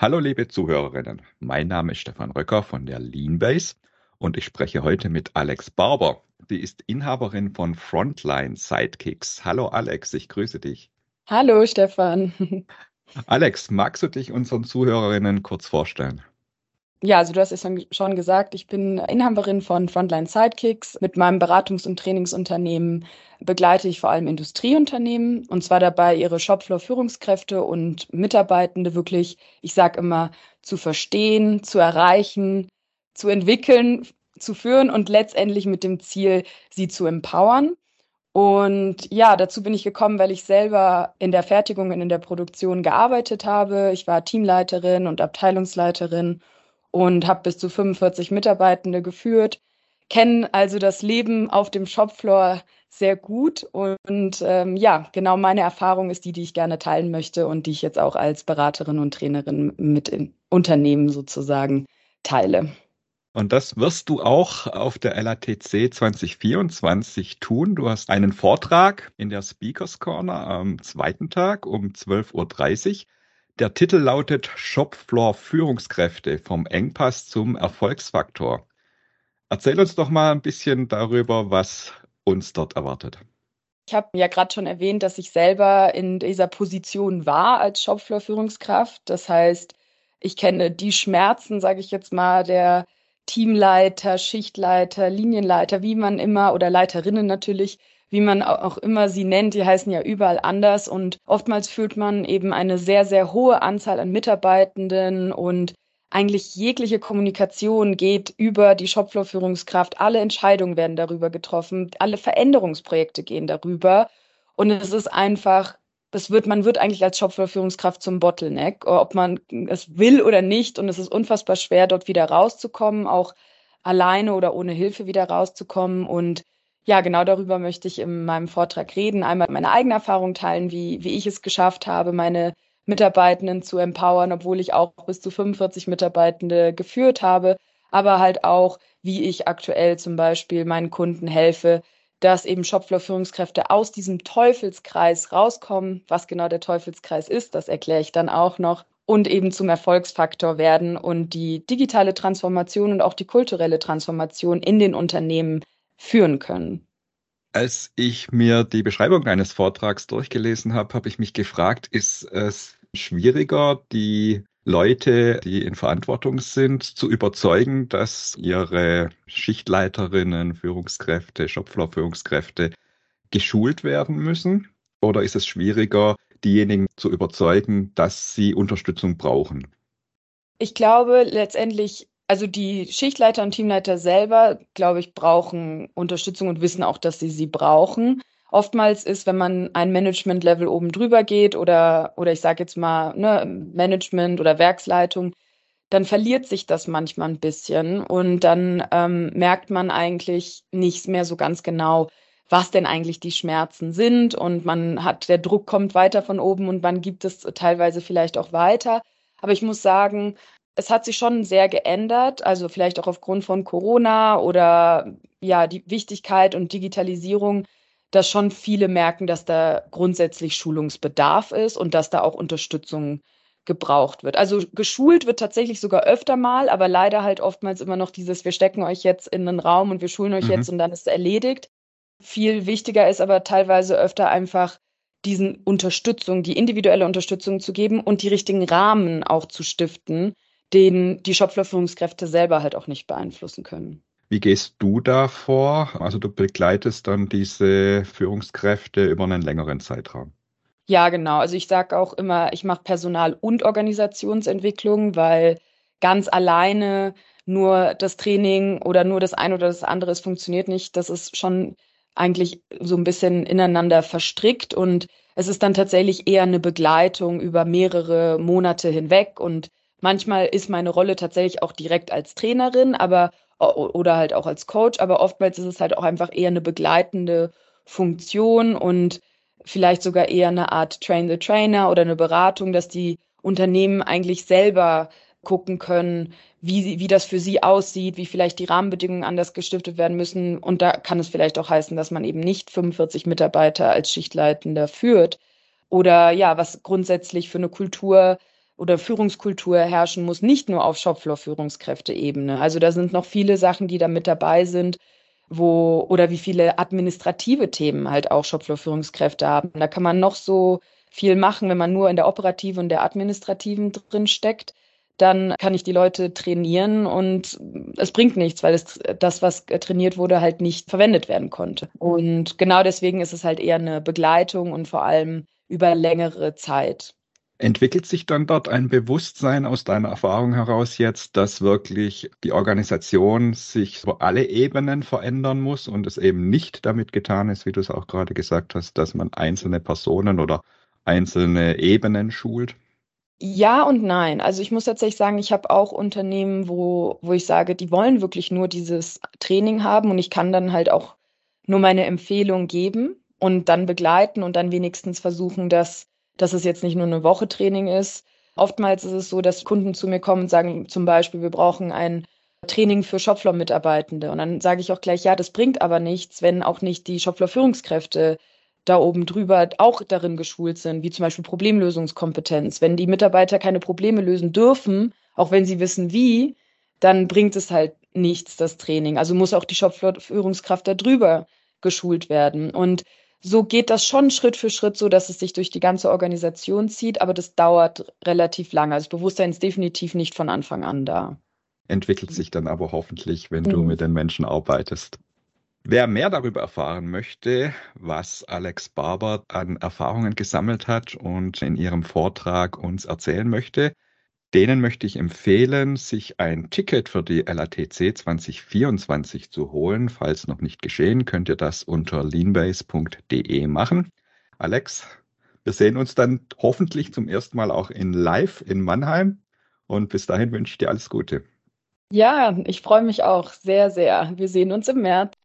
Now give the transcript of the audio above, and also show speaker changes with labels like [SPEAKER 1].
[SPEAKER 1] Hallo liebe Zuhörerinnen, mein Name ist Stefan Röcker von der Leanbase und ich spreche heute mit Alex Barber. Die ist Inhaberin von Frontline Sidekicks. Hallo Alex, ich grüße dich.
[SPEAKER 2] Hallo Stefan.
[SPEAKER 1] Alex, magst du dich unseren Zuhörerinnen kurz vorstellen?
[SPEAKER 2] Ja, also du hast es schon gesagt, ich bin Inhaberin von Frontline Sidekicks. Mit meinem Beratungs- und Trainingsunternehmen begleite ich vor allem Industrieunternehmen und zwar dabei, ihre Shopfloor-Führungskräfte und Mitarbeitende wirklich, ich sage immer, zu verstehen, zu erreichen, zu entwickeln, zu führen und letztendlich mit dem Ziel, sie zu empowern. Und ja, dazu bin ich gekommen, weil ich selber in der Fertigung und in der Produktion gearbeitet habe. Ich war Teamleiterin und Abteilungsleiterin und habe bis zu 45 Mitarbeitende geführt, kenne also das Leben auf dem Shopfloor sehr gut. Und ja, genau meine Erfahrung ist die ich gerne teilen möchte und die ich jetzt auch als Beraterin und Trainerin mit in Unternehmen sozusagen teile.
[SPEAKER 1] Und das wirst du auch auf der LATC 2024 tun. Du hast einen Vortrag in der Speakers Corner am zweiten Tag um 12:30 Uhr. Der Titel lautet Shopfloor Führungskräfte vom Engpass zum Erfolgsfaktor. Erzähl uns doch mal ein bisschen darüber, was uns dort erwartet.
[SPEAKER 2] Ich habe ja gerade schon erwähnt, dass ich selber in dieser Position war als Shopfloor-Führungskraft. Das heißt, ich kenne die Schmerzen, sage ich jetzt mal, der Teamleiter, Schichtleiter, Linienleiter, wie man immer, oder Leiterinnen natürlich, wie man auch immer sie nennt. Die heißen ja überall anders. Und oftmals führt man eben eine sehr, sehr hohe Anzahl an Mitarbeitenden und eigentlich jegliche Kommunikation geht über die Shopfloor-Führungskraft. Alle Entscheidungen werden darüber getroffen. Alle Veränderungsprojekte gehen darüber. Und es ist einfach, man wird eigentlich als Shopfloor-Führungskraft zum Bottleneck, ob man es will oder nicht. Und es ist unfassbar schwer, dort wieder rauszukommen, auch alleine oder ohne Hilfe wieder rauszukommen. Und ja, genau darüber möchte ich in meinem Vortrag reden. Einmal meine eigene Erfahrung teilen, wie ich es geschafft habe, meine Mitarbeitenden zu empowern, obwohl ich auch bis zu 45 Mitarbeitende geführt habe, aber halt auch, wie ich aktuell zum Beispiel meinen Kunden helfe, dass eben Shopfloor-Führungskräfte aus diesem Teufelskreis rauskommen. Was genau der Teufelskreis ist, das erkläre ich dann auch noch. Und eben zum Erfolgsfaktor werden und die digitale Transformation und auch die kulturelle Transformation in den Unternehmen führen können.
[SPEAKER 1] Als ich mir die Beschreibung eines Vortrags durchgelesen habe, habe ich mich gefragt, ist es schwieriger, die Leute, die in Verantwortung sind, zu überzeugen, dass ihre Schichtleiterinnen, Führungskräfte, Shopfloor-Führungskräfte geschult werden müssen? Oder ist es schwieriger, diejenigen zu überzeugen, dass sie Unterstützung brauchen?
[SPEAKER 2] Ich glaube letztendlich, also die Schichtleiter und Teamleiter selber, glaube ich, brauchen Unterstützung und wissen auch, dass sie brauchen. Oftmals ist, wenn man ein Management-Level oben drüber geht oder ich sage jetzt mal, ne, Management oder Werksleitung, dann verliert sich das manchmal ein bisschen und dann merkt man eigentlich nicht mehr so ganz genau, was denn eigentlich die Schmerzen sind und der Druck kommt weiter von oben und man gibt es teilweise vielleicht auch weiter. Aber ich muss sagen, es hat sich schon sehr geändert, also vielleicht auch aufgrund von Corona oder ja, die Wichtigkeit und Digitalisierung, dass schon viele merken, dass da grundsätzlich Schulungsbedarf ist und dass da auch Unterstützung gebraucht wird. Also geschult wird tatsächlich sogar öfter mal, aber leider halt oftmals immer noch dieses, wir stecken euch jetzt in einen Raum und wir schulen euch jetzt
[SPEAKER 1] Mhm.
[SPEAKER 2] und dann ist es erledigt. Viel wichtiger ist aber teilweise öfter einfach diesen Unterstützung, die individuelle Unterstützung zu geben und die richtigen Rahmen auch zu stiften, den die Shopfloor-Führungskräfte selber halt auch nicht beeinflussen können.
[SPEAKER 1] Wie gehst du da vor? Also du begleitest dann diese Führungskräfte über einen längeren Zeitraum.
[SPEAKER 2] Ja, genau. Also ich sage auch immer, ich mache Personal- und Organisationsentwicklung, weil ganz alleine nur das Training oder nur das eine oder das andere, es funktioniert nicht. Das ist schon eigentlich so ein bisschen ineinander verstrickt und es ist dann tatsächlich eher eine Begleitung über mehrere Monate hinweg und manchmal ist meine Rolle tatsächlich auch direkt als Trainerin, oder halt auch als Coach, aber oftmals ist es halt auch einfach eher eine begleitende Funktion und vielleicht sogar eher eine Art Train the Trainer oder eine Beratung, dass die Unternehmen eigentlich selber gucken können, wie das für sie aussieht, wie vielleicht die Rahmenbedingungen anders gestiftet werden müssen. Und da kann es vielleicht auch heißen, dass man eben nicht 45 Mitarbeiter als Schichtleitender führt oder ja, was grundsätzlich für eine Kultur oder Führungskultur herrschen muss, nicht nur auf Shopfloor-Führungskräfteebene. Also da sind noch viele Sachen, die da mit dabei sind, oder wie viele administrative Themen halt auch Shopfloor-Führungskräfte haben. Da kann man noch so viel machen, wenn man nur in der operativen und der administrativen drin steckt. Dann kann ich die Leute trainieren und es bringt nichts, weil das, was trainiert wurde, halt nicht verwendet werden konnte. Und genau deswegen ist es halt eher eine Begleitung und vor allem über längere Zeit.
[SPEAKER 1] Entwickelt sich dann dort ein Bewusstsein aus deiner Erfahrung heraus jetzt, dass wirklich die Organisation sich über alle Ebenen verändern muss und es eben nicht damit getan ist, wie du es auch gerade gesagt hast, dass man einzelne Personen oder einzelne Ebenen schult?
[SPEAKER 2] Ja und nein. Also ich muss tatsächlich sagen, ich habe auch Unternehmen, wo ich sage, die wollen wirklich nur dieses Training haben und ich kann dann halt auch nur meine Empfehlung geben und dann begleiten und dann wenigstens versuchen, dass es jetzt nicht nur eine Woche Training ist. Oftmals ist es so, dass Kunden zu mir kommen und sagen zum Beispiel, wir brauchen ein Training für Shopfloor-Mitarbeitende. Und dann sage ich auch gleich, ja, das bringt aber nichts, wenn auch nicht die Shopfloor-Führungskräfte da oben drüber auch darin geschult sind, wie zum Beispiel Problemlösungskompetenz. Wenn die Mitarbeiter keine Probleme lösen dürfen, auch wenn sie wissen wie, dann bringt es halt nichts, das Training. Also muss auch die Shopfloor-Führungskraft da drüber geschult werden. Und so geht das schon Schritt für Schritt so, dass es sich durch die ganze Organisation zieht, aber das dauert relativ lange. Also das Bewusstsein ist definitiv nicht von Anfang an da.
[SPEAKER 1] Entwickelt sich dann aber hoffentlich, wenn du
[SPEAKER 2] Mhm.
[SPEAKER 1] mit den Menschen arbeitest. Wer mehr darüber erfahren möchte, was Alex Barber an Erfahrungen gesammelt hat und in ihrem Vortrag uns erzählen möchte, denen möchte ich empfehlen, sich ein Ticket für die LATC 2024 zu holen. Falls noch nicht geschehen, könnt ihr das unter leanbase.de machen. Alex, wir sehen uns dann hoffentlich zum ersten Mal auch in Live in Mannheim. Und bis dahin wünsche ich dir alles Gute.
[SPEAKER 2] Ja, ich freue mich auch sehr, sehr. Wir sehen uns im März.